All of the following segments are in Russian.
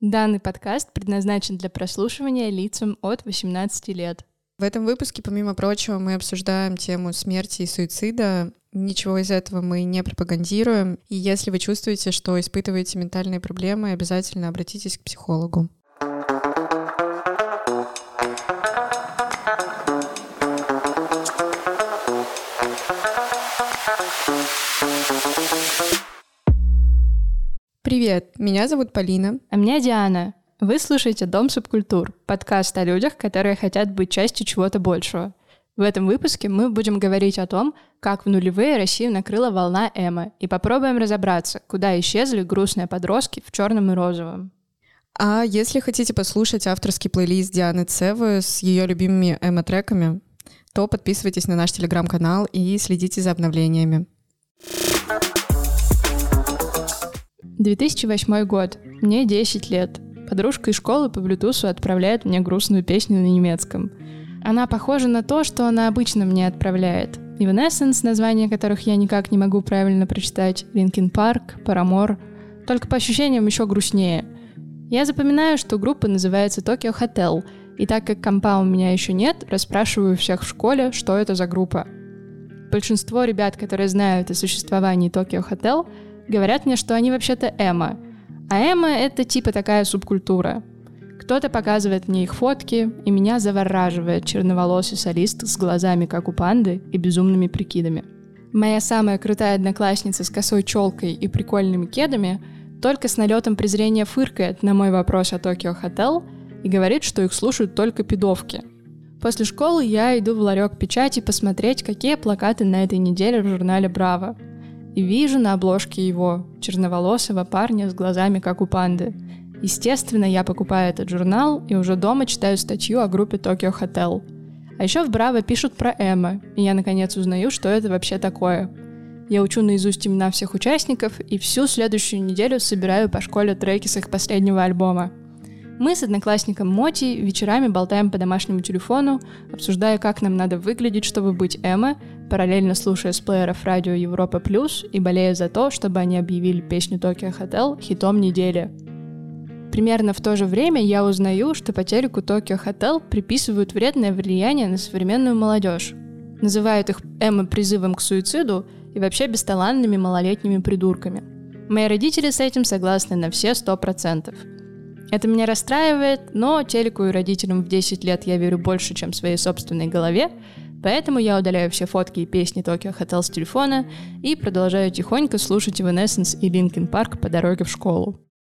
Данный подкаст предназначен для прослушивания лицам от 18 лет. В этом выпуске, помимо прочего, мы обсуждаем тему смерти и суицида. Ничего из этого мы не пропагандируем. И если вы чувствуете, что испытываете ментальные проблемы, обязательно обратитесь к психологу. Привет, меня зовут Полина. А меня Диана. Вы слушаете «Дом субкультур», подкаст о людях, которые хотят быть частью чего-то большего. В этом выпуске мы будем говорить о том, как в нулевые Россию накрыла волна эмо, и попробуем разобраться, куда исчезли грустные подростки в черном и розовом. А если хотите послушать авторский плейлист Дианы Цевы с ее любимыми эмо-треками, то подписывайтесь на наш телеграм-канал и следите за обновлениями. 2008 год. Мне 10 лет. Подружка из школы по блютусу отправляет мне грустную песню на немецком. Она похожа на то, что она обычно мне отправляет. Evanescence, название которых я никак не могу правильно прочитать, Linkin Park, Paramore, только по ощущениям еще грустнее. Я запоминаю, что группа называется Tokyo Hotel, и так как компа у меня еще нет, расспрашиваю всех в школе, что это за группа. Большинство ребят, которые знают о существовании Tokyo Hotel, говорят мне, что они вообще-то эмо. А эмо — это типа такая субкультура. Кто-то показывает мне их фотки, и меня завораживает черноволосый солист с глазами, как у панды, и безумными прикидами. Моя самая крутая одноклассница с косой челкой и прикольными кедами только с налетом презрения фыркает на мой вопрос о Tokyo Hotel и говорит, что их слушают только пидовки. После школы я иду в ларек печати посмотреть, какие плакаты на этой неделе в журнале «Браво». И вижу на обложке его, черноволосого парня с глазами, как у панды. Естественно, я покупаю этот журнал и уже дома читаю статью о группе Tokyo Hotel. А еще в «Браво» пишут про эмо, и я наконец узнаю, что это вообще такое. Я учу наизусть имена всех участников и всю следующую неделю собираю по школе треки с их последнего альбома. Мы с одноклассником Моти вечерами болтаем по домашнему телефону, обсуждая, как нам надо выглядеть, чтобы быть эмо, параллельно слушая с плееров радио Европа Плюс и болея за то, чтобы они объявили песню Tokyo Hotel хитом недели. Примерно в то же время я узнаю, что по телеку Tokyo Hotel приписывают вредное влияние на современную молодежь. Называют их эмо-призывом к суициду и вообще бесталанными малолетними придурками. Мои родители с этим согласны на все 100%. Это меня расстраивает, но телеку и родителям в 10 лет я верю больше, чем своей собственной голове, поэтому я удаляю все фотки и песни Tokyo Hotel с телефона и продолжаю тихонько слушать Evanescence и Linkin Park по дороге в школу.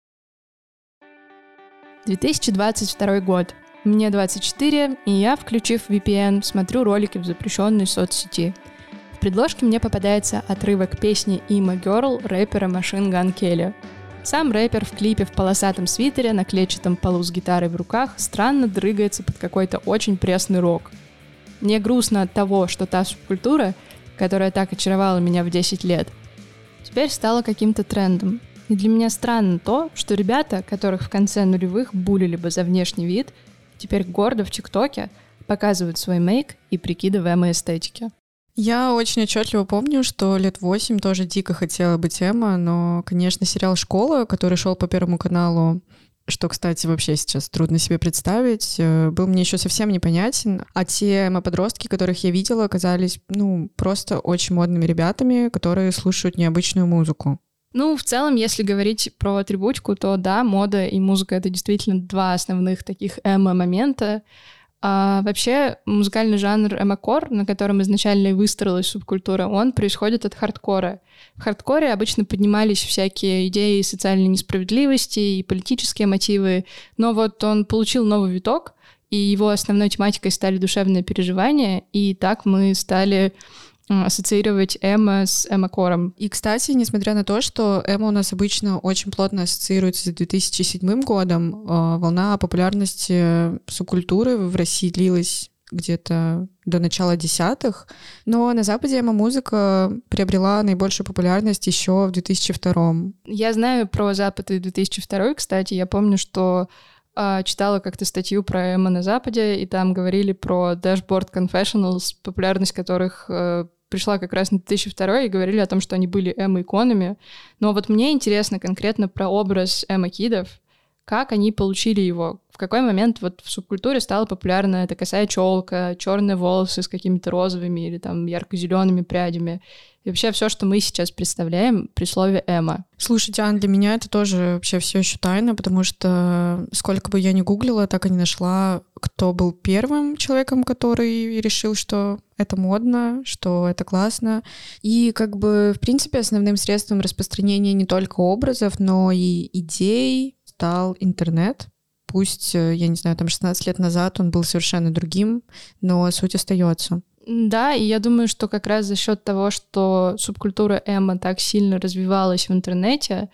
2022 год. Мне 24, и я, включив VPN, смотрю ролики в запрещенной соцсети. В предложке мне попадается отрывок песни «Emo Girl» рэпера Machine Gun Kelly. Сам рэпер в клипе в полосатом свитере на клетчатом полу с гитарой в руках странно дрыгается под какой-то очень пресный рок. Мне грустно от того, что та субкультура, которая так очаровала меня в 10 лет, теперь стала каким-то трендом. И для меня странно то, что ребята, которых в конце нулевых булили бы за внешний вид, теперь гордо в ТикТоке показывают свой мейк и прикиды в эмо-эстетике. Я очень отчетливо помню, что лет 8 тоже дико хотела быть эмо, но, конечно, сериал «Школа», который шел по Первому каналу, что, кстати, вообще сейчас трудно себе представить, был мне еще совсем непонятен. А те эмо-подростки, которых я видела, оказались, просто очень модными ребятами, которые слушают необычную музыку. В целом, если говорить про атрибутику, то да, мода и музыка — это действительно два основных таких эмо-момента. А вообще музыкальный жанр эмо-кор, на котором изначально и выстроилась субкультура, он происходит от хардкора. В хардкоре обычно поднимались всякие идеи социальной несправедливости и политические мотивы, но вот он получил новый виток, и его основной тематикой стали душевные переживания, и так мы стали ассоциировать эмо с эмо-кором. И, кстати, несмотря на то, что эмо у нас обычно очень плотно ассоциируется с 2007 годом, волна популярности субкультуры в России длилась где-то до начала десятых, но на Западе эмо-музыка приобрела наибольшую популярность еще в 2002. Я знаю про Запад и 2002, кстати. Я помню, что читала как-то статью про эмо на Западе, и там говорили про Dashboard Confessionals, популярность которых пришла как раз на 2002, и говорили о том, что они были эмо-иконами. Но вот мне интересно конкретно про образ эмо-кидов, как они получили его. В какой момент вот в субкультуре стала популярна эта косая челка, черные волосы с какими-то розовыми или там ярко-зелеными прядями. И вообще все, что мы сейчас представляем при слове «эмо». Слушай, Диан, для меня это тоже вообще все еще тайна, потому что сколько бы я ни гуглила, так и не нашла, кто был первым человеком, который решил, что это модно, что это классно. И как бы, в принципе, основным средством распространения не только образов, но и идей стал интернет. Пусть, я не знаю, там 16 лет назад он был совершенно другим, но суть остается. Да, и я думаю, что как раз за счет того, что субкультура эмо так сильно развивалась в интернете,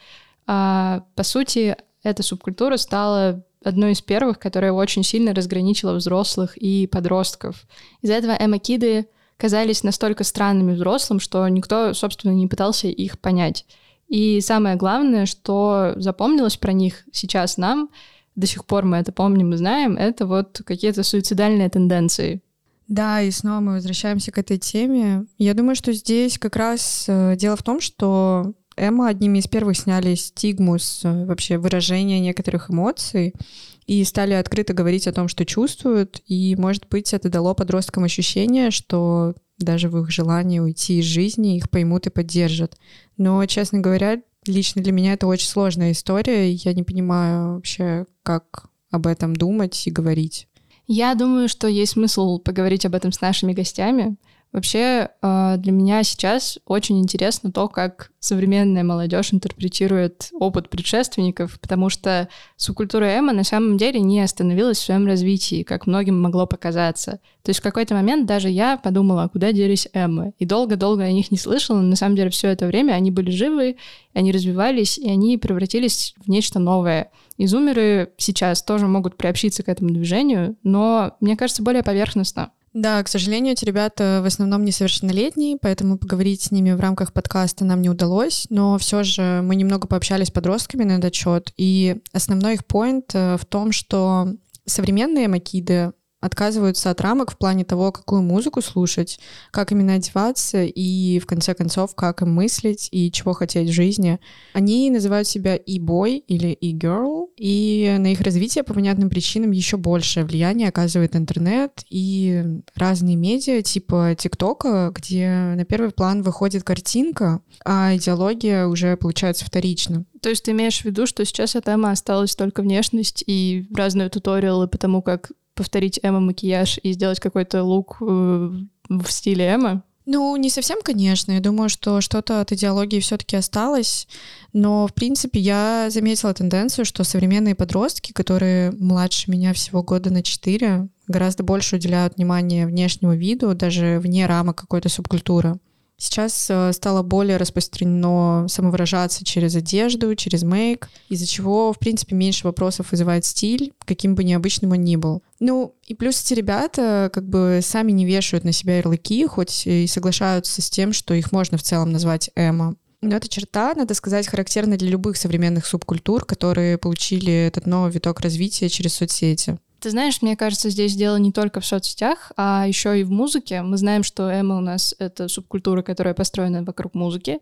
по сути, эта субкультура стала одной из первых, которая очень сильно разграничила взрослых и подростков. Из-за этого эмо-киды казались настолько странными взрослым, что никто, собственно, не пытался их понять. И самое главное, что запомнилось про них сейчас нам, до сих пор мы это помним и знаем, это вот какие-то суицидальные тенденции. Да, и снова мы возвращаемся к этой теме. Я думаю, что здесь как раз дело в том, что эмо одними из первых сняли стигму с вообще выражения некоторых эмоций и стали открыто говорить о том, что чувствуют. И, может быть, это дало подросткам ощущение, что даже в их желании уйти из жизни их поймут и поддержат. Но, честно говоря, лично для меня это очень сложная история. Я не понимаю вообще, как об этом думать и говорить. Я думаю, что есть смысл поговорить об этом с нашими гостями. Вообще, для меня сейчас очень интересно то, как современная молодежь интерпретирует опыт предшественников, потому что субкультура эмо на самом деле не остановилась в своем развитии, как многим могло показаться. То есть в какой-то момент даже я подумала, куда делись эмо, и долго-долго о них не слышала, но на самом деле все это время они были живы, они развивались, и они превратились в нечто новое. И зумеры сейчас тоже могут приобщиться к этому движению, но, мне кажется, более поверхностно. Да, к сожалению, эти ребята в основном несовершеннолетние, поэтому поговорить с ними в рамках подкаста нам не удалось, но все же мы немного пообщались с подростками на этот счет, и основной их поинт в том, что современные эмо-киды отказываются от рамок в плане того, какую музыку слушать, как именно одеваться и, в конце концов, как им мыслить и чего хотеть в жизни. Они называют себя e-boy или e-girl, и на их развитие по понятным причинам еще большее влияние оказывает интернет и разные медиа типа ТикТока, где на первый план выходит картинка, а идеология уже получается вторично. То есть ты имеешь в виду, что сейчас от эмо осталась только внешность и разные туториалы по тому, как повторить эмо-макияж и сделать какой-то лук в стиле эмо? Ну, не совсем, конечно. Я думаю, что что-то от идеологии все-таки осталось. Но, в принципе, я заметила тенденцию, что современные подростки, которые младше меня всего года на 4, гораздо больше уделяют внимание внешнему виду, даже вне рамок какой-то субкультуры. Сейчас стало более распространено самовыражаться через одежду, через мейк, из-за чего, в принципе, меньше вопросов вызывает стиль, каким бы необычным он ни был. Ну, и плюс эти ребята как бы сами не вешают на себя ярлыки, хоть и соглашаются с тем, что их можно в целом назвать эмо. Но эта черта, надо сказать, характерна для любых современных субкультур, которые получили этот новый виток развития через соцсети. Ты знаешь, мне кажется, здесь дело не только в соцсетях, а еще и в музыке. Мы знаем, что эмо у нас — это субкультура, которая построена вокруг музыки.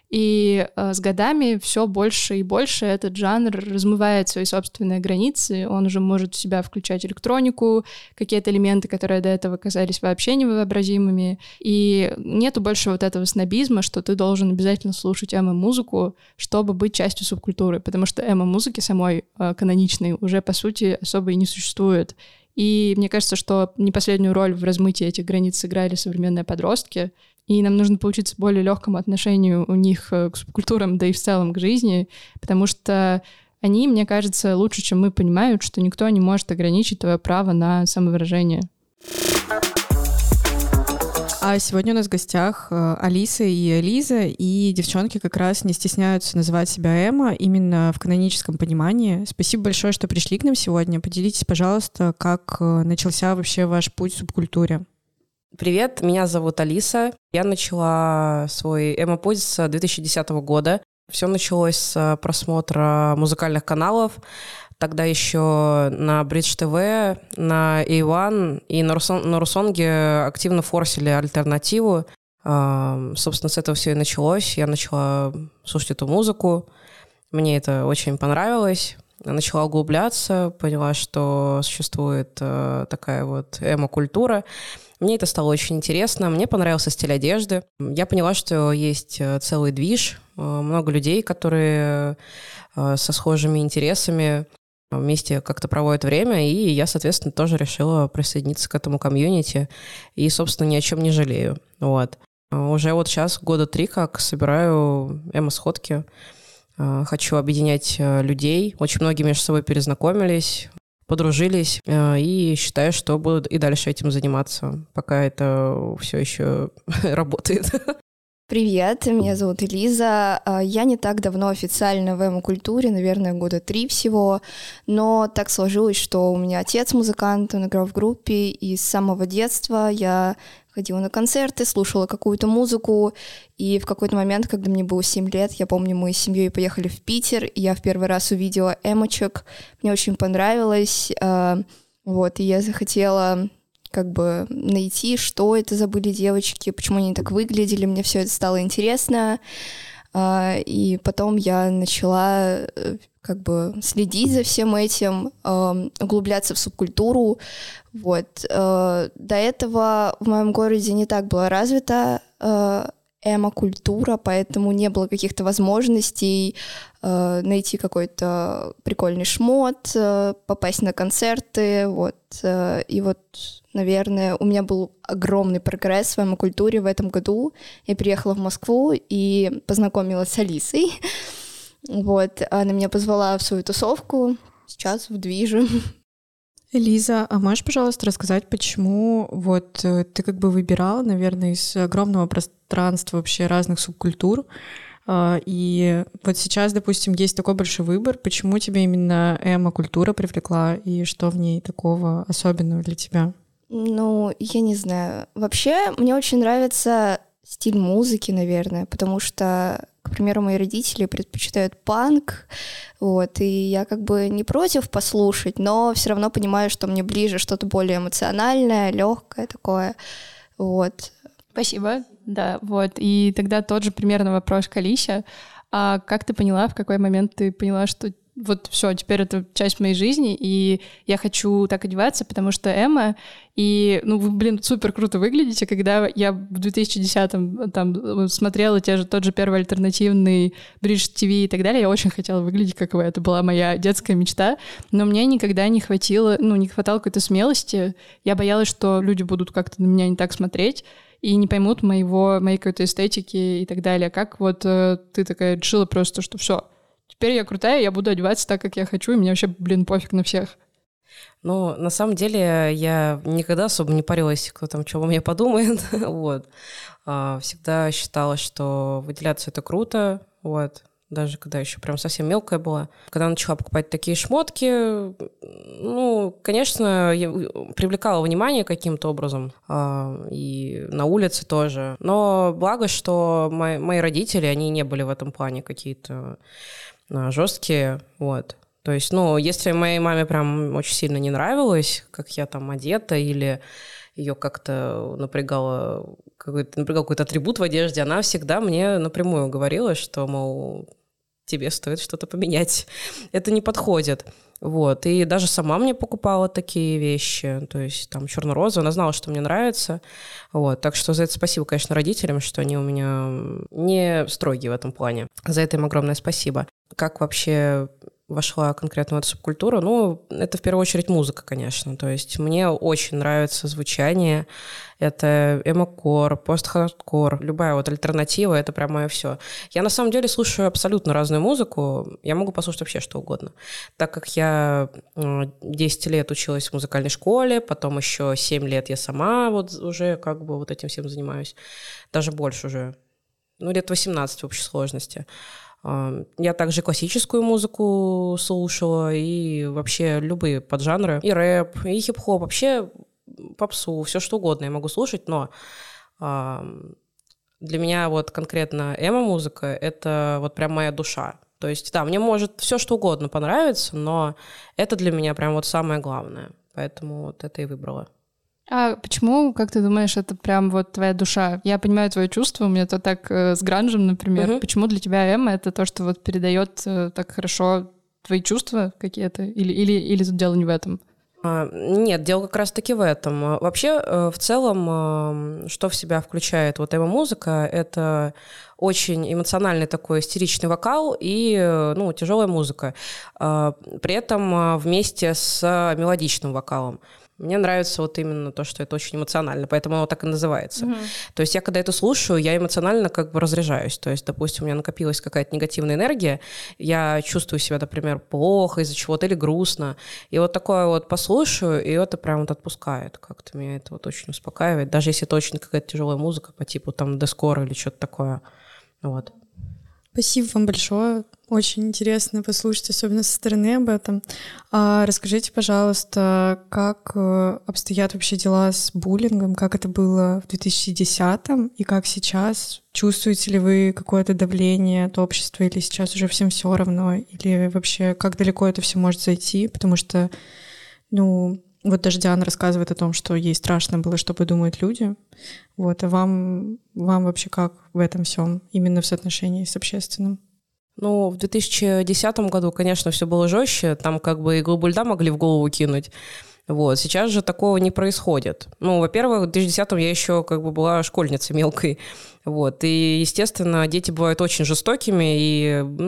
И с годами все больше и больше этот жанр размывает свои собственные границы. Он уже может в себя включать электронику, какие-то элементы, которые до этого казались вообще невообразимыми. И нету больше вот этого снобизма, что ты должен обязательно слушать эмо-музыку, чтобы быть частью субкультуры. Потому что эмо-музыки самой каноничной уже, по сути, особо и не существует. И мне кажется, что не последнюю роль в размытии этих границ сыграли современные подростки. И нам нужно поучиться более легкому отношению у них к субкультурам, да и в целом к жизни, потому что они, мне кажется, лучше, чем мы, понимают, что никто не может ограничить твое право на самовыражение. А сегодня у нас в гостях Алиса и Элиза, и девчонки как раз не стесняются называть себя эмо именно в каноническом понимании. Спасибо большое, что пришли к нам сегодня. Поделитесь, пожалуйста, как начался вообще ваш путь в субкультуре. Привет, меня зовут Алиса. Я начала свой эмо-путь с 2010 года. Все началось с просмотра музыкальных каналов. Тогда еще на Бридж ТВ, на A1 и на Русонге активно форсили альтернативу. Собственно, с этого все и началось. Я начала слушать эту музыку. Мне это очень понравилось. начала углубляться, поняла, что существует такая вот эмо-культура. Мне это стало очень интересно, мне понравился стиль одежды. Я поняла, что есть целый движ, много людей, которые со схожими интересами вместе как-то проводят время, и я, соответственно, тоже решила присоединиться к этому комьюнити, и, собственно, ни о чем не жалею. Вот. Уже вот сейчас 3 года как собираю эмо-сходки, хочу объединять людей, очень многие между собой перезнакомились, подружились, и считаю, что буду и дальше этим заниматься, пока это все еще работает. Привет, меня зовут Элиза. Я не так давно официально в эмо-культуре, наверное, 3 года всего, но так сложилось, что у меня отец музыкант, он играл в группе, и с самого детства я ходила на концерты, слушала какую-то музыку, и в какой-то момент, когда мне было 7 лет, я помню, мы с семьей поехали в Питер, и я в первый раз увидела эмочек, мне очень понравилось, вот, и я захотела как бы найти, что это за были девочки, почему они так выглядели, мне все это стало интересно, и потом я начала как бы следить за всем этим, углубляться в субкультуру, вот. До этого в моем городе не так была развита эмо-культура, поэтому не было каких-то возможностей найти какой-то прикольный шмот, попасть на концерты, вот. И вот, наверное, у меня был огромный прогресс в эмо-культуре в этом году. Я приехала в Москву и познакомилась с Алисой. Вот, она меня позвала в свою тусовку, сейчас в движе. Лиза, а можешь, пожалуйста, рассказать, почему вот ты как бы выбирала, наверное, из огромного пространства вообще разных субкультур, и вот сейчас, допустим, есть такой большой выбор, почему тебя именно эмо-культура привлекла, и что в ней такого особенного для тебя? Ну, я не знаю. Вообще, мне очень нравится стиль музыки, наверное, потому что, к примеру, мои родители предпочитают панк, вот, и я как бы не против послушать, но все равно понимаю, что мне ближе что-то более эмоциональное, легкое такое, вот. Спасибо, да, вот. И тогда тот же примерно вопрос к Алисе. А как ты поняла, в какой момент ты поняла, что вот все, теперь это часть моей жизни, и я хочу так одеваться, потому что эмо, и, ну, вы, блин, супер круто выглядите. Когда я в 2010-м там смотрела тот же первый альтернативный Бридж ТВ и так далее, я очень хотела выглядеть как вы, это была моя детская мечта, но мне никогда не хватило, не хватало какой-то смелости, я боялась, что люди будут как-то на меня не так смотреть, и не поймут моей какой-то эстетики и так далее. Как вот ты такая решила просто, что все, теперь я крутая, я буду одеваться так, как я хочу, и мне вообще, пофиг на всех. Ну, на самом деле, я никогда особо не парилась, кто там чего мне подумает, вот. Всегда считала, что выделяться — это круто, вот. Даже когда еще прям совсем мелкая была. Когда начала покупать такие шмотки, ну, конечно, я привлекала внимание каким-то образом, и на улице тоже. Но благо, что мои родители, они не были в этом плане какие-то жесткие, вот. То есть, ну, если моей маме прям очень сильно не нравилось, как я там одета, или ее как-то напрягал какой-то атрибут в одежде, она всегда мне напрямую говорила, что, мол, тебе стоит что-то поменять. Это не подходит. Вот. И даже сама мне покупала такие вещи, то есть там черно-розовый, она знала, что мне нравится. Вот. Так что за это спасибо, конечно, родителям, что они у меня не строгие в этом плане. За это им огромное спасибо. Как вообще вошла конкретно в эту субкультуру? Ну, это в первую очередь музыка, конечно. То есть мне очень нравится звучание. Это эмо-кор, пост-хардкор, любая вот альтернатива, это прям мое все. Я на самом деле слушаю абсолютно разную музыку. Я могу послушать вообще что угодно. Так как я 10 лет училась в музыкальной школе, потом еще 7 лет я сама вот уже как бы вот этим всем занимаюсь. Даже больше уже. Ну, лет 18 в общей сложности. Я также классическую музыку слушала, и вообще любые поджанры, и рэп, и хип-хоп, вообще попсу, все что угодно я могу слушать, но для меня вот конкретно эмо-музыка — это вот прям моя душа. То есть, да, мне может все что угодно понравиться, но это для меня прям вот самое главное, поэтому вот это и выбрала. А почему, как ты думаешь, это прям вот твоя душа? Я понимаю твои чувства, у меня это так с гранжем, например. Почему для тебя эмо — это то, что вот передает так хорошо твои чувства какие-то? Или тут дело не в этом? Нет, дело как раз-таки в этом. Вообще, в целом, что в себя включает вот эмо-музыка, это очень эмоциональный такой истеричный вокал и, тяжелая музыка. При этом вместе с мелодичным вокалом. Мне нравится вот именно то, что это очень эмоционально, поэтому оно так и называется. То есть я, когда это слушаю, я эмоционально как бы разряжаюсь. То есть, допустим, у меня накопилась какая-то негативная энергия, я чувствую себя, например, плохо из-за чего-то или грустно. И вот такое вот послушаю, и это прям вот отпускает. Как-то меня это вот очень успокаивает. Даже если это очень какая-то тяжелая музыка по типу там дескора или что-то такое. Вот. Спасибо вам большое. Очень интересно послушать, особенно со стороны об этом. Расскажите, пожалуйста, как обстоят вообще дела с буллингом, как это было в 2010-м и как сейчас? Чувствуете ли вы какое-то давление от общества или сейчас уже всем все равно? Или вообще как далеко это все может зайти? Потому что, вот даже Диана рассказывает о том, что ей страшно было, что подумают люди. Вот, а вам вообще как в этом всем, именно в соотношении с общественным? В 2010 году, конечно, все было жестче, там как бы и глыбу льда могли в голову кинуть. Вот. Сейчас же такого не происходит. Во-первых, в 2010-м я еще как бы была школьницей мелкой. Вот. И, естественно, дети бывают очень жестокими, и,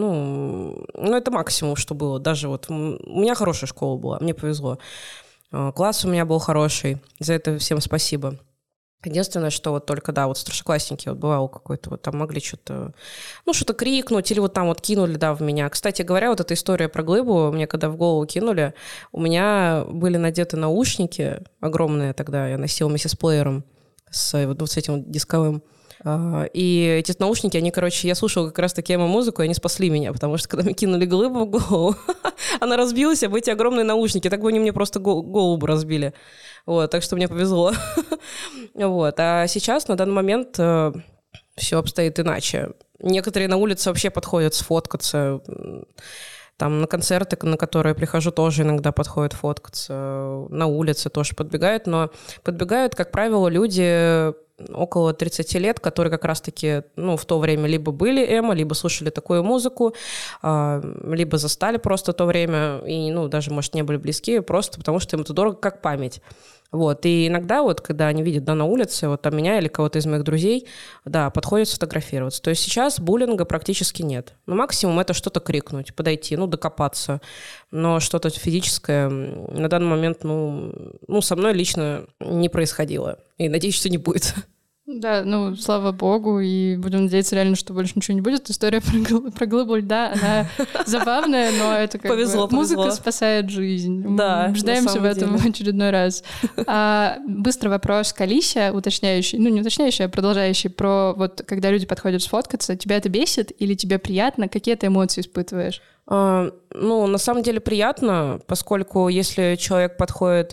это максимум, что было. Даже вот у меня хорошая школа была, мне повезло. Класс у меня был хороший, за это всем спасибо. Единственное, что вот только, да, вот старшеклассники, вот бывало какой-то, вот там могли что-то крикнуть или вот там вот кинули, да, в меня. Кстати говоря, вот эта история про глыбу, мне когда в голову кинули, у меня были надеты наушники огромные тогда, я носила вместе с плеером, с этим дисковым. И эти наушники, я слушала как раз-таки эмо-музыку, и они спасли меня, потому что когда мне кинули глыбу в голову, она разбилась об эти огромные наушники, так бы они мне просто голову разбили. Вот, так что мне повезло. Вот. А сейчас, на данный момент, все обстоит иначе. Некоторые на улице вообще подходят сфоткаться. Там на концерты, на которые я прихожу, тоже иногда подходят фоткаться. На улице тоже подбегают. Но подбегают, как правило, люди около 30 лет, которые как раз-таки в то время либо были эмо, либо слушали такую музыку, либо застали просто то время, и даже, может, не были близки, просто потому что им это дорого, как память. Вот. И иногда, вот, когда они видят, на улице, вот там меня или кого-то из моих друзей, да, подходят сфотографироваться. То есть сейчас буллинга практически нет. Максимум это что-то крикнуть, подойти, докопаться. Но что-то физическое на данный момент, со мной лично не происходило. И надеюсь, что не будет. Да, слава богу, и будем надеяться реально, что больше ничего не будет. История про глыбу льда, она забавная, но это как повезло. Музыка спасает жизнь. Да, Нуждаемся в этом в очередной раз. Быстрый вопрос к Алисе, уточняющий, не уточняющий, а продолжающий, про вот когда люди подходят сфоткаться, тебя это бесит или тебе приятно? Какие ты эмоции испытываешь? На самом деле приятно, поскольку если человек подходит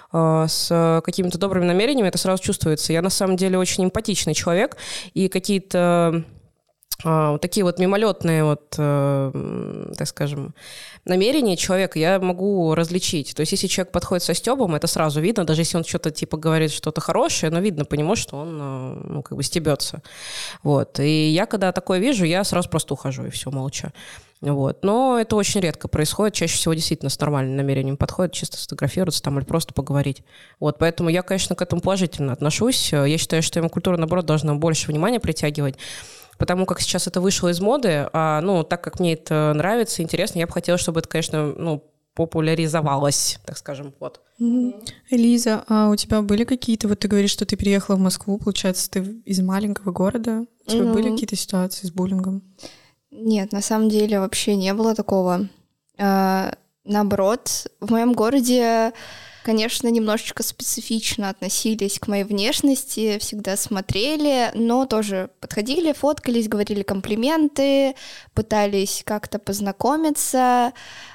с какими-то добрыми намерениями, это сразу чувствуется. Я на самом деле очень эмпатичный человек, и какие-то такие вот мимолетные так скажем, намерения человека я могу различить. То есть если человек подходит со стёбом, это сразу видно, даже если он что-то типа говорит что-то хорошее, но видно по нему, что он как бы стебется. Вот. И я когда такое вижу, я сразу просто ухожу, и все, молча. Вот. Но это очень редко происходит. Чаще всего действительно с нормальным намерением подходят, чисто сфотографироваться там или просто поговорить. Вот. Поэтому я, конечно, к этому положительно отношусь. Я считаю, что эмо-культура, наоборот, должна больше внимания притягивать. Потому как сейчас это вышло из моды, так как мне это нравится, интересно, я бы хотела, чтобы это, конечно, популяризовалось, так скажем, вот. Лиза, а у тебя были какие-то, вот ты говоришь, что ты переехала в Москву, получается, ты из маленького города, у тебя были какие-то ситуации с буллингом? Нет, на самом деле вообще не было такого. Наоборот, в моем городе, конечно, немножечко специфично относились к моей внешности, всегда смотрели, но тоже подходили, фоткались, говорили комплименты, пытались как-то познакомиться,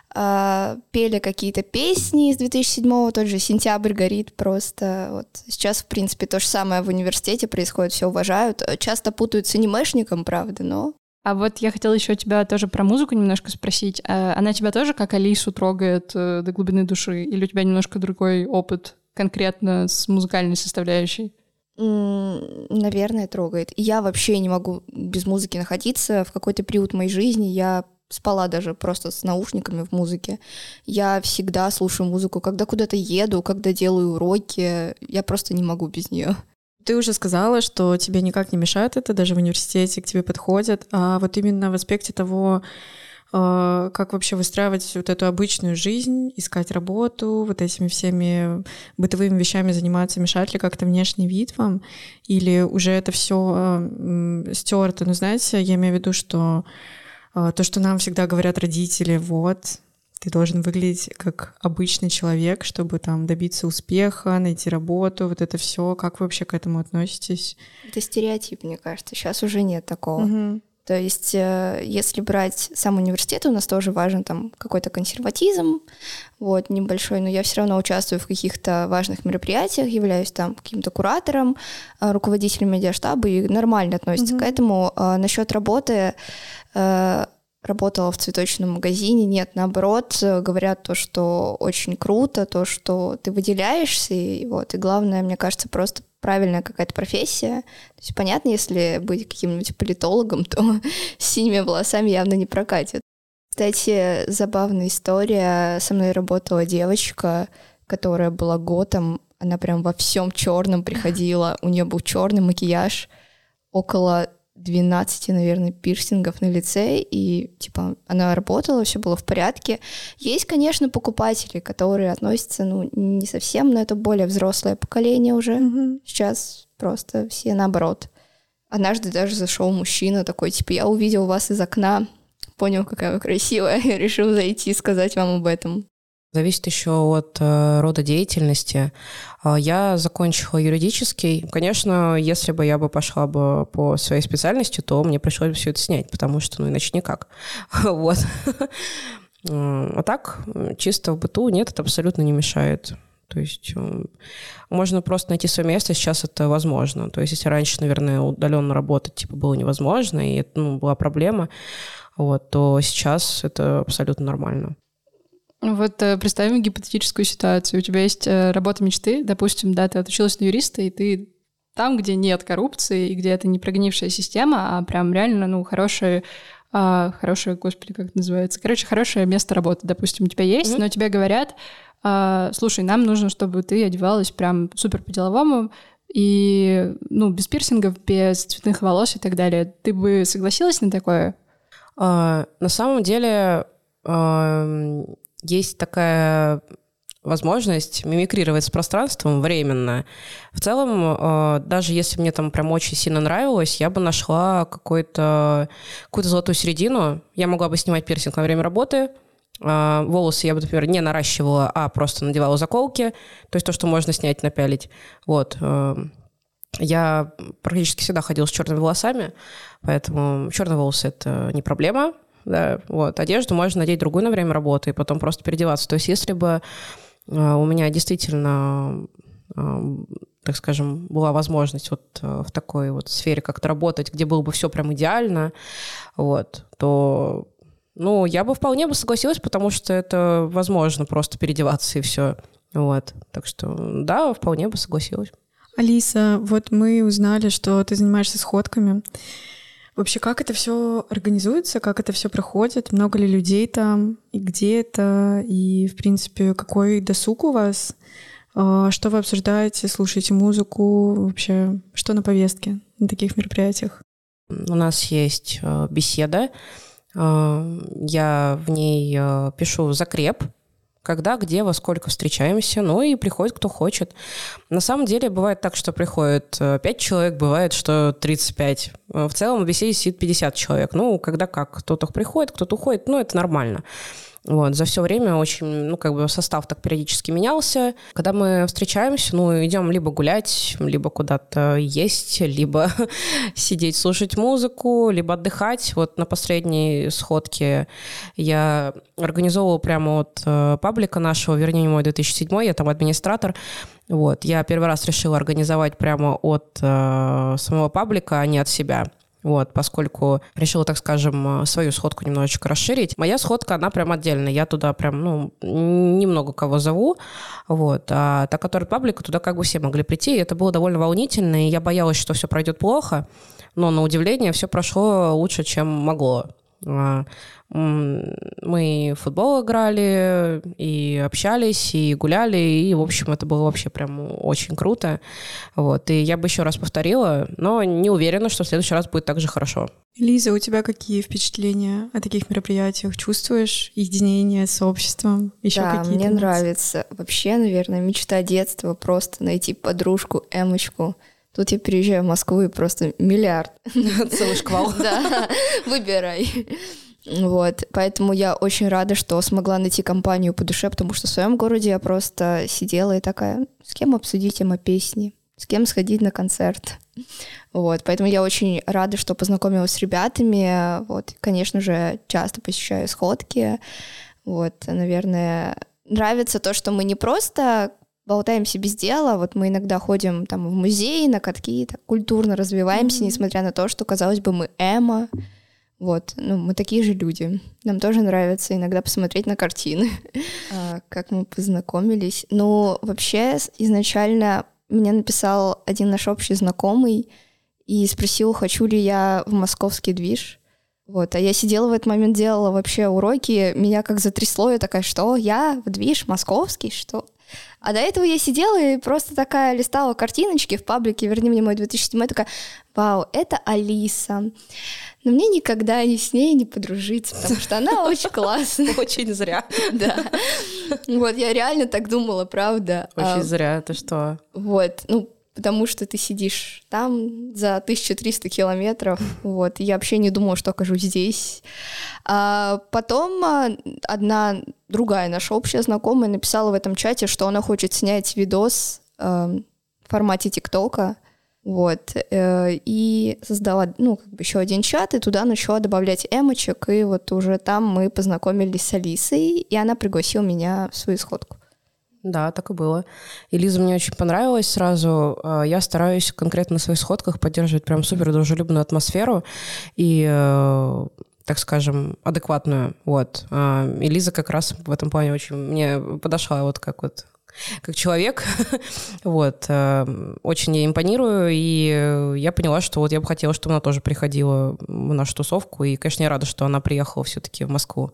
пели какие-то песни из 2007-го, тот же «Сентябрь горит» просто. Вот сейчас, в принципе, то же самое в университете происходит, все уважают. Часто путают с анимешником, правда, но... А вот я хотела еще тебя тоже про музыку немножко спросить. Она тебя тоже, как Алису, трогает до глубины души? Или у тебя немножко другой опыт конкретно с музыкальной составляющей? Наверное, трогает. Я вообще не могу без музыки находиться. В какой-то период моей жизни я спала даже просто с наушниками в музыке. Я всегда слушаю музыку, когда куда-то еду, когда делаю уроки. Я просто не могу без нее. Ты уже сказала, что тебе никак не мешает это, даже в университете к тебе подходят. А вот именно в аспекте того, как вообще выстраивать вот эту обычную жизнь, искать работу, вот этими всеми бытовыми вещами заниматься, мешает ли как-то внешний вид вам? Или уже это все стерто? Ну, знаете, я имею в виду, что то, что нам всегда говорят родители, вот, ты должен выглядеть как обычный человек, чтобы там добиться успеха, найти работу, вот это все. Как вы вообще к этому относитесь? Это стереотип, мне кажется. Сейчас уже нет такого. То есть, если брать сам университет, у нас тоже важен там какой-то консерватизм, вот, небольшой, но я все равно участвую в каких-то важных мероприятиях, являюсь там каким-то куратором, руководителем медиаштаба и нормально относятся к этому. Насчет работы, работала в цветочном магазине, нет, наоборот, говорят то, что очень круто, то, что ты выделяешься, и вот, и главное, мне кажется, просто правильная какая-то профессия. То есть, понятно, если быть каким-нибудь политологом, то с синими волосами явно не прокатит. Кстати, забавная история. Со мной работала девочка, которая была готом. Она прям во всем черном приходила. У нее был черный макияж, около 12, наверное, пирсингов на лице, и, типа, она работала, все было в порядке. Есть, конечно, покупатели, которые относятся, ну, не совсем, но это более взрослое поколение уже. Сейчас просто все наоборот. Однажды даже зашел мужчина такой, типа, я увидел вас из окна, понял, какая вы красивая, я решил зайти и сказать вам об этом. Зависит еще от рода деятельности. Я закончила юридический. Конечно, если бы я пошла бы по своей специальности, то мне пришлось бы все это снять, потому что, ну, иначе никак. Вот. А так, чисто в быту нет, это абсолютно не мешает. То есть можно просто найти свое место, сейчас это возможно. То есть если раньше, наверное, удаленно работать типа было невозможно, и это, ну, была проблема, вот, то сейчас это абсолютно нормально. Вот представим гипотетическую ситуацию. У тебя есть работа мечты, допустим, да, ты отучилась на юриста, и ты там, где нет коррупции, и где это не прогнившая система, а прям реально, ну, хорошее, господи, как это называется? Короче, хорошее место работы, допустим, у тебя есть, но тебе говорят, слушай, нам нужно, чтобы ты одевалась прям супер по-деловому, и, ну, без пирсингов, без цветных волос и так далее. Ты бы согласилась на такое? На самом деле есть такая возможность мимикрировать с пространством временно. В целом, даже если мне там прям очень сильно нравилось, я бы нашла какую-то золотую середину. Я могла бы снимать пирсинг на время работы, волосы я бы, например, не наращивала, а просто надевала заколки, то есть то, что можно снять, напялить. Вот. Я практически всегда ходила с черными волосами, поэтому черные волосы – это не проблема. Да, вот. Одежду можно надеть другую на время работы и потом просто переодеваться. То есть если бы у меня действительно, так скажем, была возможность вот в такой вот сфере как-то работать, где было бы все прям идеально, вот, то, ну, я бы вполне бы согласилась, потому что это возможно просто переодеваться и все. Вот. Так что, да, вполне бы согласилась. Алиса, вот мы узнали, что ты занимаешься сходками. Вообще, как это все организуется, как это все проходит, много ли людей там, и где это, и, в принципе, какой досуг у вас, что вы обсуждаете, слушаете музыку, вообще, что на повестке на таких мероприятиях? У нас есть беседа, я в ней пишу закреп, когда, где, во сколько встречаемся, ну и приходит кто хочет. На самом деле бывает так, что приходит 5 человек, бывает, что 35. В целом в беседе сидит 50 человек. Ну, когда как, кто-то приходит, кто-то уходит, ну, это нормально. Вот, за все время очень, ну, как бы состав так периодически менялся. Когда мы встречаемся, ну, идем либо гулять, либо куда-то есть, либо сидеть, слушать музыку, либо отдыхать. Вот на последней сходке я организовывала прямо от паблика нашего, вернее, мой 2007, я там администратор. Вот, я первый раз решила организовать прямо от самого паблика, а не от себя. Вот, поскольку решила, так скажем, свою сходку немножечко расширить. Моя сходка, она прям отдельная. Я туда прям, ну, немного кого зову. Вот. А та, которая паблика, туда как бы все могли прийти. И это было довольно волнительно. И я боялась, что все пройдет плохо. Но, на удивление, все прошло лучше, чем могло. Мы в футбол играли, и общались, и гуляли, и, в общем, это было вообще прям очень круто. Вот. И я бы еще раз повторила, но не уверена, что в следующий раз будет так же хорошо. Лиза, у тебя какие впечатления о таких мероприятиях? Чувствуешь единение с обществом? Еще да, какие-то мне эмоции? нравится. Вообще, наверное, мечта детства — просто найти подружку, эмочку. Тут я переезжаю в Москву и просто миллиард. Целый шквал. Да, выбирай. Вот, поэтому я очень рада, что смогла найти компанию по душе, потому что в своем городе я просто сидела и такая, с кем обсудить тему песни, с кем сходить на концерт. Вот, поэтому я очень рада, что познакомилась с ребятами. Вот, конечно же, часто посещаю сходки. Вот, наверное, нравится то, что мы не просто болтаемся без дела, вот мы иногда ходим там в музей, на катки, так культурно развиваемся, несмотря на то, что, казалось бы, мы эмо. Вот, ну, мы такие же люди. Нам тоже нравится иногда посмотреть на картины, как мы познакомились. Ну, вообще, изначально мне написал один наш общий знакомый и спросил, хочу ли я в московский движ. Вот, а я сидела в этот момент, делала вообще уроки, меня как затрясло, я такая, что, я в движ московский, что? А до этого я сидела и просто такая листала картиночки в паблике «Верни мне мой 2007», такая, вау, это Алиса. Но мне никогда с ней не подружиться, потому что она очень классная. Очень зря. Да. Вот, я реально так думала, правда. Очень зря, ты что? Вот, ну, потому что ты сидишь там за 1300 километров, вот, и я вообще не думала, что окажусь здесь. А потом одна другая наша общая знакомая написала в этом чате, что она хочет снять видос в формате ТикТока, вот, и создала, ну, как бы еще один чат, и туда начала добавлять эмочек, и вот уже там мы познакомились с Алисой, и она пригласила меня в свою сходку. Да, так и было. И Лиза мне очень понравилась сразу. Я стараюсь конкретно на своих сходках поддерживать прям супер дружелюбную атмосферу и, так скажем, адекватную. Вот. И Лиза как раз в этом плане очень мне подошла как человек. Вот. Очень ей импонирую, и я поняла, что вот я бы хотела, чтобы она тоже приходила в нашу тусовку. И, конечно, я рада, что она приехала все-таки в Москву.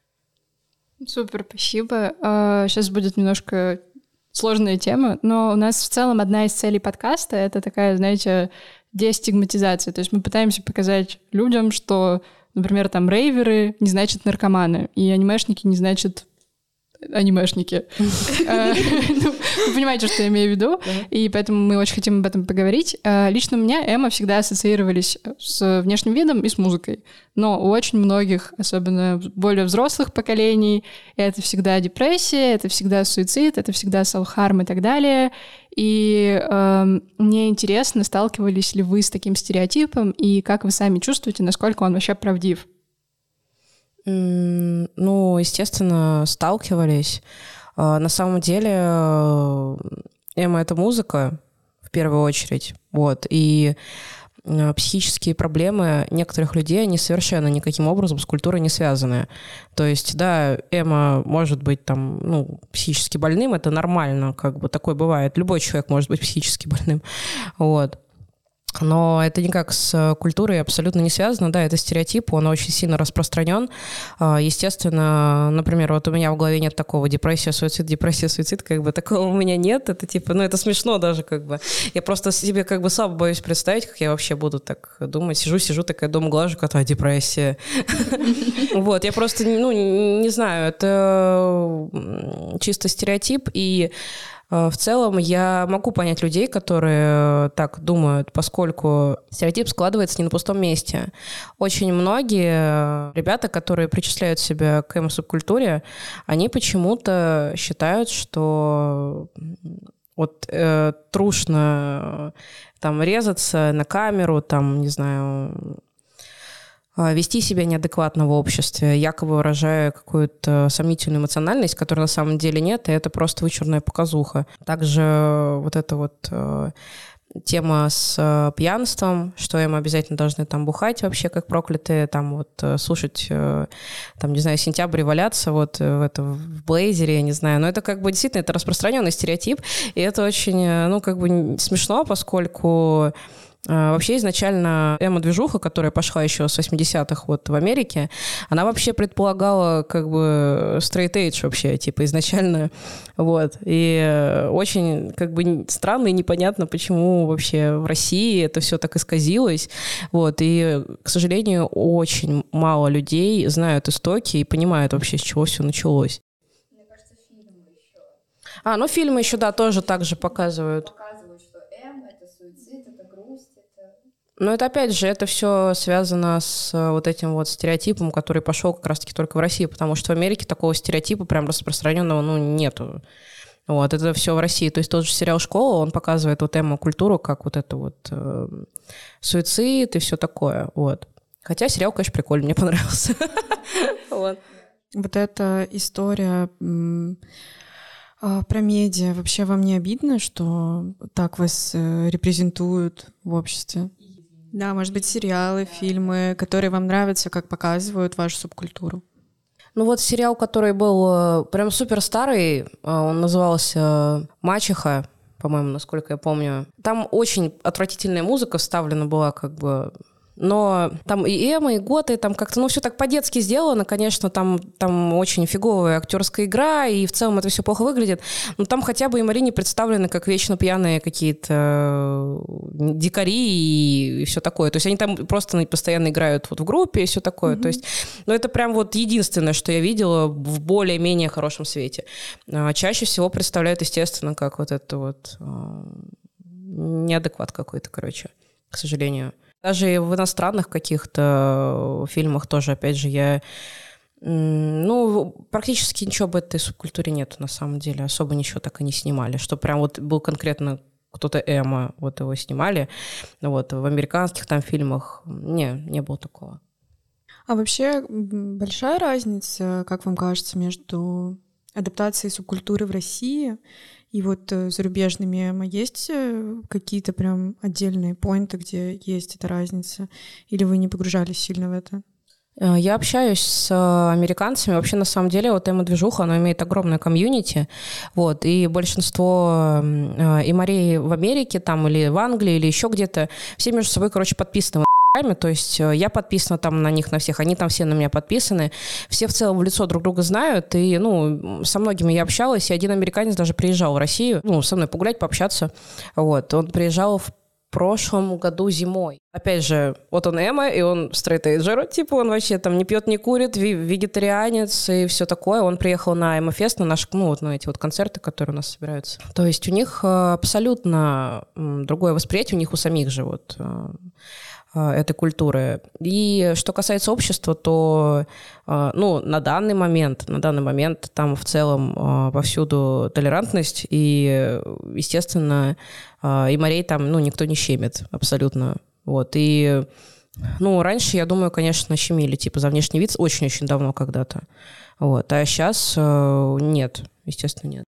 Супер, спасибо. Сейчас будет немножко сложная тема, но у нас в целом одна из целей подкаста — это такая, знаете, дестигматизация. То есть мы пытаемся показать людям, что, например, там рейверы не значат наркоманы, и анимешники не значат анимешники. Вы понимаете, что я имею в виду, и поэтому мы очень хотим об этом поговорить. Лично у меня эмо всегда ассоциировались с внешним видом и с музыкой, но у очень многих, особенно более взрослых поколений, это всегда депрессия, это всегда суицид, это всегда self-harm и так далее. И мне интересно, сталкивались ли вы с таким стереотипом, и как вы сами чувствуете, насколько он вообще правдив? Ну, естественно, сталкивались. На самом деле, эмо — это музыка, в первую очередь. Вот. И психические проблемы некоторых людей, они совершенно никаким образом с культурой не связаны. То есть, да, эмо может быть там, ну, психически больным, это нормально, как бы такое бывает. Любой человек может быть психически больным. Вот. Но это никак с культурой абсолютно не связано. Да, это стереотип, он очень сильно распространен. Естественно, например, вот у меня в голове нет такого депрессия, суицид, как бы такого у меня нет. Это типа, ну это смешно даже как бы. Я просто себе как бы сам боюсь представить, как я вообще буду так думать. Сижу такая, дома глажу, какая депрессия. Вот, я просто, ну, не знаю, это чисто стереотип, и в целом я могу понять людей, которые так думают, поскольку стереотип складывается не на пустом месте. Очень многие ребята, которые причисляют себя к эмо-субкультуре, они почему-то считают, что вот трушно там резаться на камеру, там, не знаю, вести себя неадекватно в обществе, якобы выражая какую-то сомнительную эмоциональность, которой на самом деле нет, и это просто вычурная показуха. Также вот эта вот тема с пьянством, что им обязательно должны там бухать вообще как проклятые, там вот слушать, там, не знаю, сентябрь и валяться вот в блейзере, я не знаю, но это как бы действительно это распространенный стереотип, и это очень, ну, как бы смешно, поскольку Вообще изначально эмо-движуха, которая пошла еще с 80-х вот в Америке, она вообще предполагала как бы straight edge вообще, типа изначально, вот. И очень как бы странно и непонятно, почему вообще в России это все так исказилось, вот. И, к сожалению, очень мало людей знают истоки и понимают вообще, с чего все началось. Мне кажется, фильмы еще. Ну фильмы еще, да, тоже так же показывают. Что это суицид, это грусть, это... Но это, опять же, это все связано с вот этим вот стереотипом, который пошел как раз-таки только в России, потому что в Америке такого стереотипа прям распространенного, нету. Вот, это все в России. То есть тот же сериал «Школа», он показывает вот эмо-культуру, как вот это вот суицид и все такое, вот. Хотя сериал, конечно, прикольный, мне понравился. Вот эта история про медиа. Вообще вам не обидно, что так вас репрезентуют в обществе? Да, может быть, сериалы, фильмы, которые вам нравятся, как показывают вашу субкультуру. Вот сериал, который был прям супер старый, он назывался «Мачеха», по-моему, насколько я помню. Там очень отвратительная музыка вставлена была, как бы... Но там и эмо, и готы, там как-то, все так по-детски сделано, конечно, там очень фиговая актерская игра, и в целом это все плохо выглядит, но там хотя бы и Марине представлены как вечно пьяные какие-то дикари и все такое, то есть они там просто постоянно играют вот в группе и все такое, то есть, это прям вот единственное, что я видела в более-менее хорошем свете. Чаще всего представляют, естественно, как вот это вот неадекват какой-то, короче, к сожалению. Даже и в иностранных каких-то фильмах тоже, опять же, я... практически ничего об этой субкультуре нету, на самом деле. Особо ничего так и не снимали. Что прям вот был конкретно кто-то эмо, вот его снимали. Вот, в американских там фильмах не было такого. А вообще большая разница, как вам кажется, между адаптацией субкультуры в России и вот зарубежными эмо? Есть какие-то прям отдельные поинты, где есть эта разница? Или вы не погружались сильно в это? Я общаюсь с американцами. Вообще, на самом деле, вот эмо-движуха, она имеет огромное комьюнити. Вот, и большинство эморей в Америке там, или в Англии, или еще где-то, все между собой, подписаны. То есть я подписана там на них, на всех, они там все на меня подписаны. Все в целом в лицо друг друга знают. И, со многими я общалась. И один американец даже приезжал в Россию, со мной погулять, пообщаться. Вот. Он приезжал в прошлом году зимой. Опять же, вот он эмо, и он стрейтейджер, типа он вообще там не пьет, не курит, вегетарианец и все такое. Он приехал на эмо-фест, на наш, на эти вот концерты, которые у нас собираются. То есть у них абсолютно другое восприятие, у них у самих же вот этой культуры. И что касается общества, то на данный момент там в целом повсюду толерантность, и, естественно, и морей там никто не щемит абсолютно. Вот. И раньше, я думаю, конечно, щемили типа за внешний вид очень-очень давно когда-то. Вот. А сейчас нет, естественно, нет.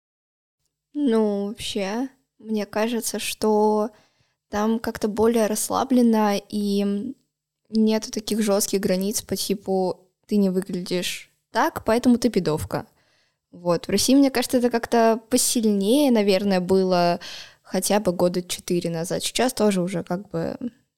Вообще, мне кажется, что там как-то более расслаблено, и нету таких жестких границ по типу «ты не выглядишь так, поэтому ты пидовка». Вот. В России, мне кажется, это как-то посильнее, наверное, было хотя бы года 4 назад. Сейчас тоже уже как бы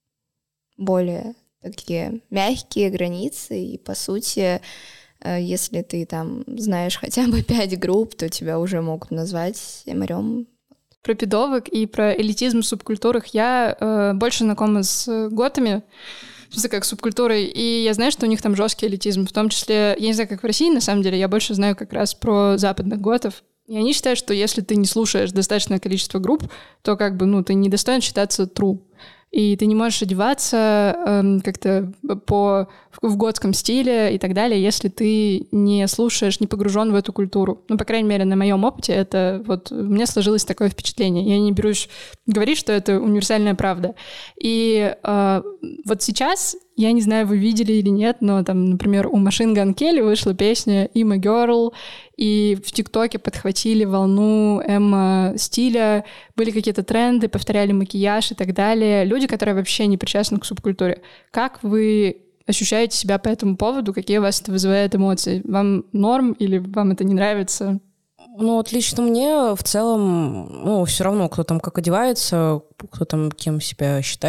более такие мягкие границы, и, по сути, если ты там знаешь хотя бы 5 групп, то тебя уже могут назвать эморем. Про пидовок и про элитизм в субкультурах я больше знакома с готами, как субкультурой, и я знаю, что у них там жесткий элитизм, в том числе, я не знаю, как в России, на самом деле, я больше знаю как раз про западных готов, и они считают, что если ты не слушаешь достаточное количество групп, то ты недостоин считаться true. И ты не можешь одеваться как-то в готском стиле и так далее, если ты не слушаешь, не погружен в эту культуру. По крайней мере, на моем опыте это вот у меня сложилось такое впечатление. Я не берусь говорить, что это универсальная правда. И вот сейчас, я не знаю, вы видели или нет, но там, например, у Machine Gun Kelly вышла песня «I'm a Girl», и в ТикТоке подхватили волну эмо-стиля, были какие-то тренды, повторяли макияж и так далее. Люди, которые вообще не причастны к субкультуре. Как вы ощущаете себя по этому поводу? Какие у вас это вызывает эмоции? Вам норм или вам это не нравится? Вот лично мне в целом, все равно, кто там как одевается, кто там кем себя считает,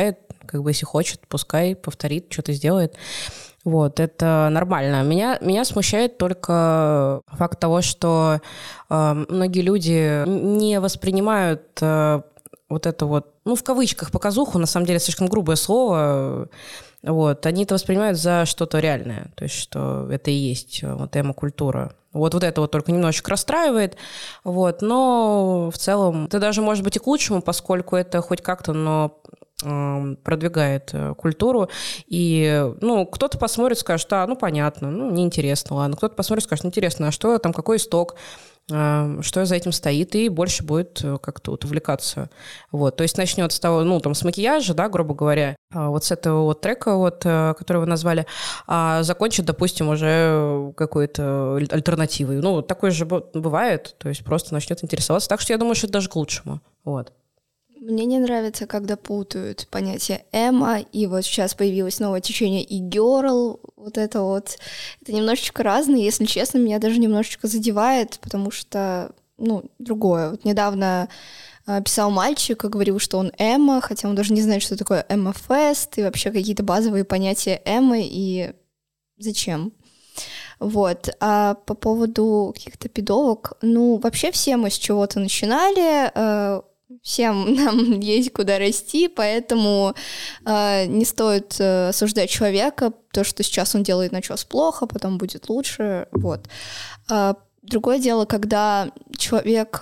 Как бы если хочет, пускай повторит, что-то сделает. Вот, это нормально. Меня смущает только факт того, что многие люди не воспринимают вот это вот, ну, в кавычках, показуху, на самом деле слишком грубое слово, вот, они это воспринимают за что-то реальное, то есть что это и есть вот эмо-культура. Вот это вот только немножечко расстраивает, вот, но в целом это даже может быть и к лучшему, поскольку это хоть как-то, но продвигает культуру, и, ну, кто-то посмотрит, скажет, ну, понятно, ну, неинтересно, ладно, кто-то посмотрит, скажет, интересно, а что там, какой исток, что за этим стоит, и больше будет как-то вот увлекаться. Вот. То есть начнет с того, ну, там, с макияжа, да, грубо говоря, вот с этого вот трека, вот, который вы назвали, а закончит, допустим, уже какой-то альтернативой. Ну, вот такое же бывает, то есть просто начнет интересоваться. Так что я думаю, что это даже к лучшему. Вот. Мне не нравится, когда путают понятие эмо, и вот сейчас появилось новое течение и girl, вот это вот. Это немножечко разное, если честно, меня даже немножечко задевает, потому что, ну, другое. Вот недавно писал мальчик и говорил, что он эмо, хотя он даже не знает, что такое эмо-фест, и вообще какие-то базовые понятия эмо, и зачем. Вот. А по поводу каких-то пидовок, ну, вообще все мы с чего-то начинали, всем нам есть куда расти, поэтому не стоит осуждать человека, то, что сейчас он делает начос плохо, потом будет лучше, вот. Другое дело, когда человек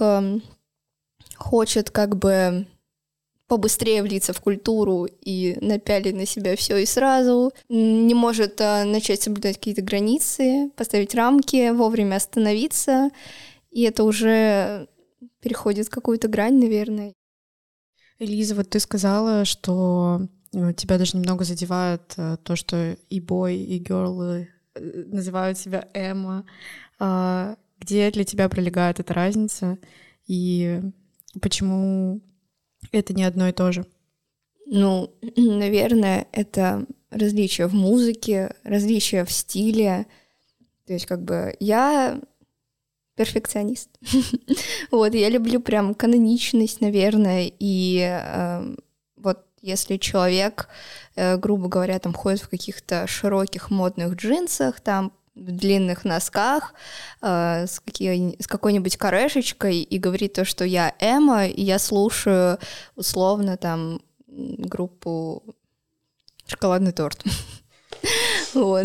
хочет как бы побыстрее влиться в культуру и напялить на себя все и сразу, не может начать соблюдать какие-то границы, поставить рамки, вовремя остановиться, и это уже переходит какую-то грань, наверное. Лиза, вот ты сказала, что тебя даже немного задевает то, что и бой, и герлы называют себя эмо. Где для тебя пролегает эта разница? И почему это не одно и то же? Ну, наверное, это различия в музыке, различия в стиле. То есть как бы я перфекционист. Вот, я люблю прям каноничность, наверное, и вот если человек, грубо говоря, там ходит в каких-то широких модных джинсах, там, в длинных носках, с какой-нибудь корешечкой и говорит то, что я эмо, и я слушаю условно там группу «Шоколадный торт». Вот.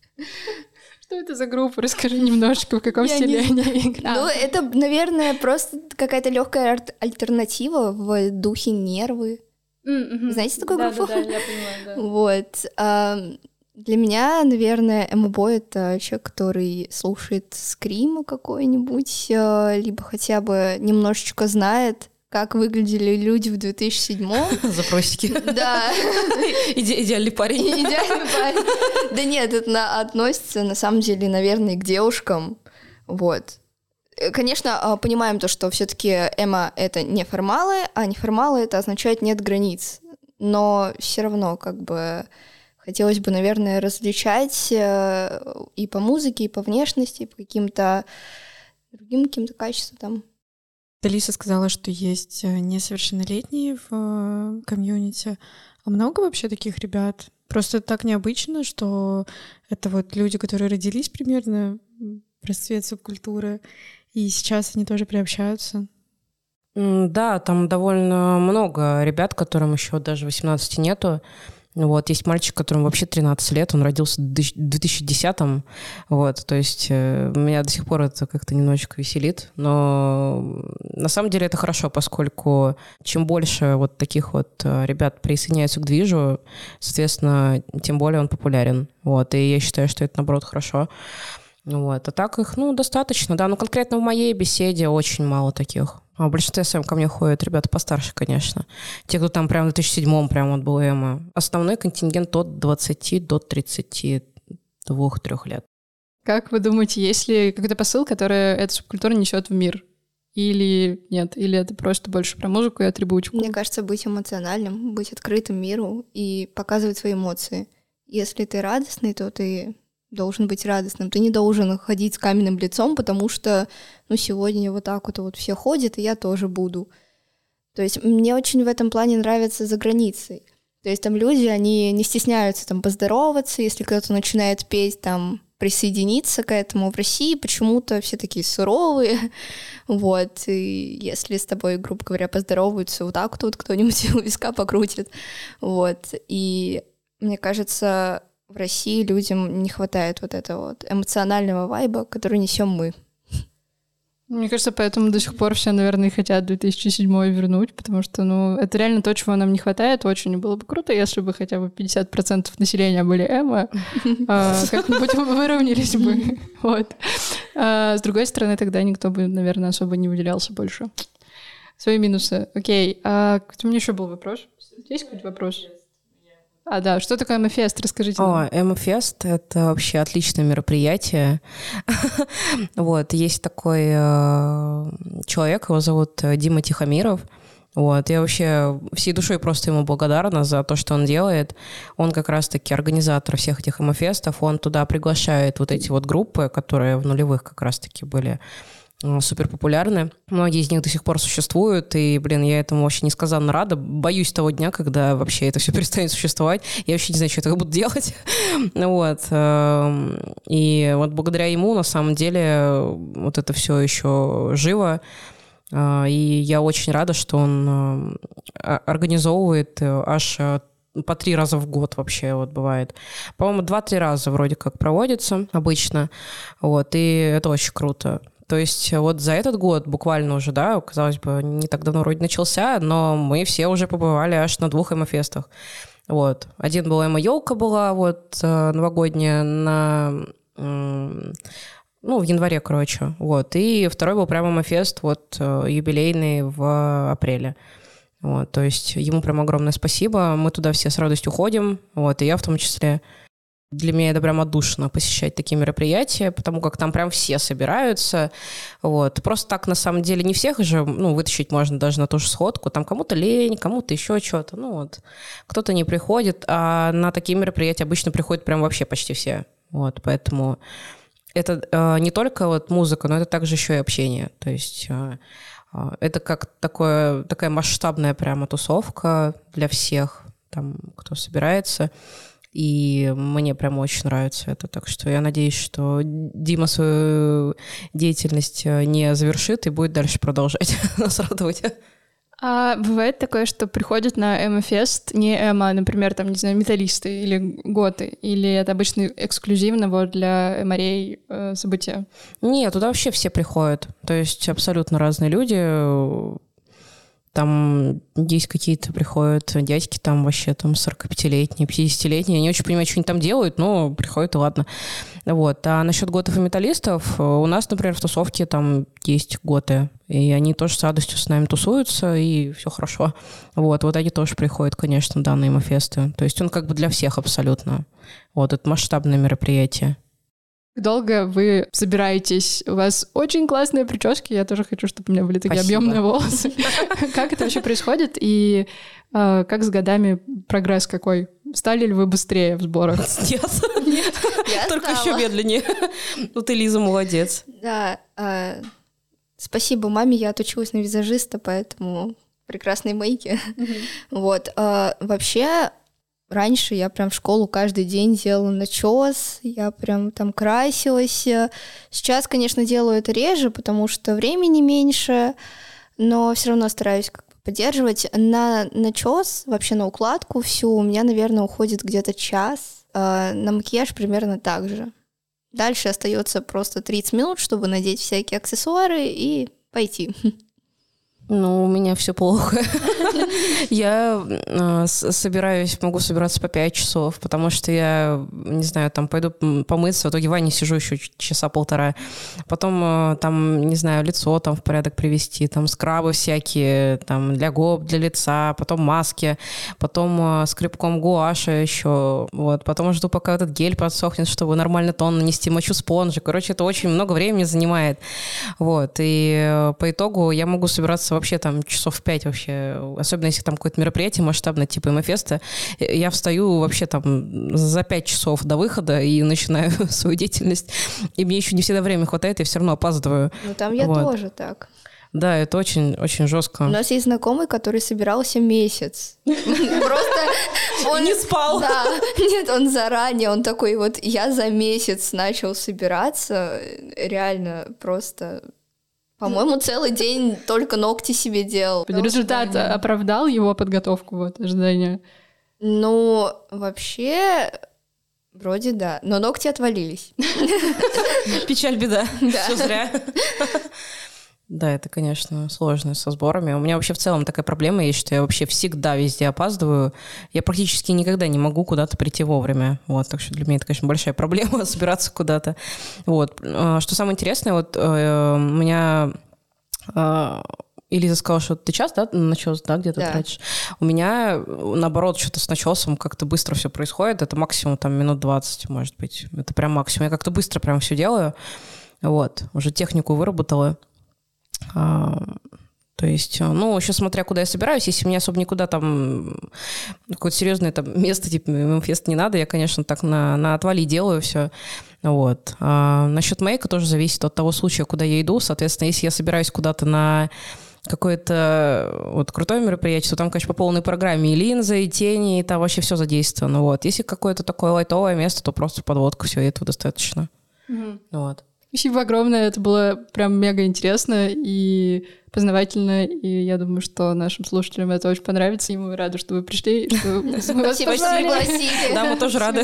Что это за группа? Расскажи немножко, в каком стиле они играют. Ну, это, наверное, просто какая-то легкая альтернатива в духе «Нервы». Знаете такую группу? Да, я понимаю, да. Вот. Для меня, наверное, эмо-бой — это человек, который слушает скрим какой-нибудь, либо хотя бы немножечко знает, как выглядели люди в 2007-м. Запросики. Да. Идеальный парень. Идеальный парень. Да нет, это относится, на самом деле, наверное, к девушкам. Вот. Конечно, понимаем то, что все-таки эмо — это неформалы, а неформалы — это означает нет границ. Но все равно, как бы, хотелось бы, наверное, различать и по музыке, и по внешности, и по каким-то другим каким-то качествам. Алиса сказала, что есть несовершеннолетние в комьюнити. А много вообще таких ребят? Просто так необычно, что это вот люди, которые родились примерно в расцвет субкультуры, и сейчас они тоже приобщаются. Да, там довольно много ребят, которым еще даже 18 нету. Вот, есть мальчик, которому вообще 13 лет, он родился в 2010-м, вот, то есть меня до сих пор это как-то немножечко веселит, но на самом деле это хорошо, поскольку чем больше вот таких вот ребят присоединяются к движу, соответственно, тем более он популярен, вот, и я считаю, что это, наоборот, хорошо. Вот. А так их, достаточно, да. Но конкретно в моей беседе очень мало таких. А в большинстве своем ко мне ходят ребята постарше, конечно. Те, кто там прям в 2007-м прям вот был эмо. Основной контингент от 20 до 32-3 лет. Как вы думаете, есть ли какой-то посыл, который эта субкультура несет в мир? Или нет? Или это просто больше про музыку и атрибутику? Мне кажется, быть эмоциональным, быть открытым миру и показывать свои эмоции. Если ты радостный, то ты должен быть радостным. Ты не должен ходить с каменным лицом, потому что, сегодня вот так вот все ходят, и я тоже буду. То есть мне очень в этом плане нравится за границей. То То есть там люди, они не стесняются там поздороваться, если кто-то начинает петь, там присоединиться к этому. В России почему-то все такие суровые, вот, и если с тобой, грубо говоря, поздороваются, вот так тут кто-нибудь у виска покрутит, вот, и мне кажется, в России людям не хватает вот этого вот эмоционального вайба, который несем мы. Мне кажется, поэтому до сих пор все, наверное, и хотят 2007 вернуть, потому что, это реально то, чего нам не хватает. Очень было бы круто, если бы хотя бы 50% населения были эмо, как-нибудь выровнялись бы. Вот. С другой стороны, тогда никто бы, наверное, особо не выделялся больше. Свои минусы. Окей. У меня еще был вопрос. Есть какой-то вопрос? Да, что такое эмо-фест? Расскажите нам. эмо-фест — это вообще отличное мероприятие. Вот, есть такой человек, его зовут Дима Тихомиров. Вот, я вообще всей душой просто ему благодарна за то, что он делает. Он как раз-таки организатор всех этих эмо-фестов. Он туда приглашает вот эти вот группы, которые в нулевых как раз-таки были супер популярны. Многие из них до сих пор существуют, и, я этому вообще несказанно рада. Боюсь того дня, когда вообще это все перестанет существовать. Я вообще не знаю, что я буду делать. Вот. И вот благодаря ему, на самом деле, вот это все еще живо. И я очень рада, что он организовывает аж по 3 раза в год вообще вот бывает. По-моему, 2-3 раза вроде как проводится обычно. Вот. И это очень круто. То есть вот за этот год буквально уже, казалось бы, не так давно вроде начался, но мы все уже побывали аж на 2 эмо-фестах. Вот. Один был эмо-елка была, вот, новогодняя, в январе, короче. Вот. И второй был прямо эмо-фест, вот, юбилейный в апреле. Вот. То есть ему прям огромное спасибо. Мы туда все с радостью ходим, вот, и я в том числе. Для меня это прям отдушно посещать такие мероприятия, потому как там прям все собираются. Вот. Просто так, на самом деле, не всех же вытащить можно даже на ту же сходку. Там кому-то лень, кому-то еще что-то. Кто-то не приходит, а на такие мероприятия обычно приходят прям вообще почти все. Вот. Поэтому это не только вот музыка, но это также еще и общение. То есть это как такая масштабная прямо тусовка для всех, там, кто собирается. И мне прям очень нравится это. Так что я надеюсь, что Дима свою деятельность не завершит и будет дальше продолжать нас радовать. А бывает такое, что приходят на эмо-фест не эмо, например, там, не знаю, металлисты или готы, или это обычно эксклюзивно вот для эморей события? Нет, туда вообще все приходят. То есть абсолютно разные люди. Там есть какие-то приходят дядьки, там вообще там 45-летние, 50-летние. Я не очень понимаю, что они там делают, но приходят, и ладно. Вот. А насчет готов и металлистов, у нас, например, в тусовке там есть готы, и они тоже с радостью с нами тусуются, и все хорошо. Вот они тоже приходят, конечно, на эмо-фесты. То есть он как бы для всех абсолютно. Вот, это масштабное мероприятие. Долго вы собираетесь? У вас очень классные прически. Я тоже хочу, чтобы у меня были такие объемные волосы. Как это вообще происходит? И как с годами прогресс какой? Стали ли вы быстрее в сборах? Нет. Только еще медленнее. Ты, Лиза, молодец. Да. Спасибо маме. Я отучилась на визажиста, поэтому прекрасные мейки. Вот. Вообще... Раньше я прям в школу каждый день делала начес, я прям там красилась. Сейчас, конечно, делаю это реже, потому что времени меньше, но все равно стараюсь поддерживать. На начес, вообще на укладку всю, у меня, наверное, уходит где-то час. На макияж примерно так же. Дальше остается просто 30 минут, чтобы надеть всякие аксессуары и пойти. У меня все плохо. Я могу собираться по 5 часов, потому что я, не знаю, там пойду помыться, в итоге в ванне сижу еще часа полтора. Потом, там, не знаю, лицо там в порядок привести, там скрабы всякие, там для губ, для лица, потом маски, потом скребком гуаша еще, вот. Потом жду, пока этот гель подсохнет, чтобы нормально тон нанести, мочу спонжи. Короче, это очень много времени занимает. Вот. И по итогу я могу собираться вообще там часов 5 вообще, особенно если там какое-то мероприятие масштабное, типа эмо-феста, я встаю вообще там за 5 часов до выхода и начинаю свою деятельность, и мне еще не всегда времени хватает, я все равно опаздываю. Там я тоже так. Да, это очень жестко. У нас есть знакомый, который собирался месяц. Просто он не спал. Да, нет, он заранее, он такой вот, я за месяц начал собираться, реально просто... По-моему, целый день только ногти себе делал. Результат оправдал его подготовку, вот, ожидания? Ну, вообще, вроде да, но ногти отвалились. Печаль, беда. Все зря. Да, это, конечно, сложно со сборами. У меня вообще в целом такая проблема есть, что я вообще всегда везде опаздываю. Я практически никогда не могу куда-то прийти вовремя. Вот, так что для меня это, конечно, большая проблема собираться куда-то. Вот. Что самое интересное, вот у меня... Элиза сказала, что ты час, да, начес, да, где-то тратишь? У меня, наоборот, что-то с начесом как-то быстро все происходит. Это максимум там минут 20, может быть. Это прям максимум. Я как-то быстро прям все делаю. Вот. Уже технику выработала. То есть, ну, еще смотря, куда я собираюсь, если мне особо никуда там какое-то серьезное там место, типа ММ-фест не надо, я, конечно, так на отвали делаю все. Вот. Насчет мейка тоже зависит от того случая, куда я иду. Соответственно, если я собираюсь куда-то на какое-то вот крутое мероприятие, то там, конечно, по полной программе и линзы, и тени, и там вообще все задействовано. Вот. Если какое-то такое лайтовое место, то просто подводку, все, и этого достаточно. Вот. Спасибо огромное, это было прям мега интересно и познавательно, и я думаю, что нашим слушателям это очень понравится, и мы рады, что вы пришли. Спасибо, что пригласили. Да, мы тоже рады.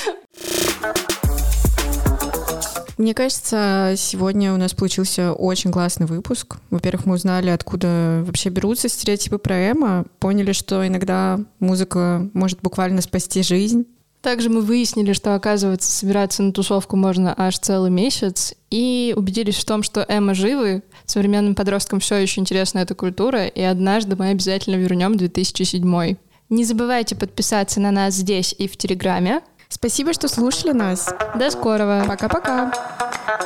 Мне кажется, сегодня у нас получился очень классный выпуск. Во-первых, мы узнали, откуда вообще берутся стереотипы про эмо, поняли, что иногда музыка может буквально спасти жизнь. Также мы выяснили, что, оказывается, собираться на тусовку можно аж целый месяц, и убедились в том, что эмо живы, современным подросткам все еще интересна эта культура, и однажды мы обязательно вернем 2007. Не забывайте подписаться на нас здесь и в Телеграме. Спасибо, что слушали нас. До скорого. Пока-пока.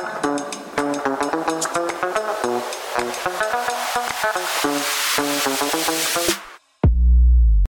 Thank you.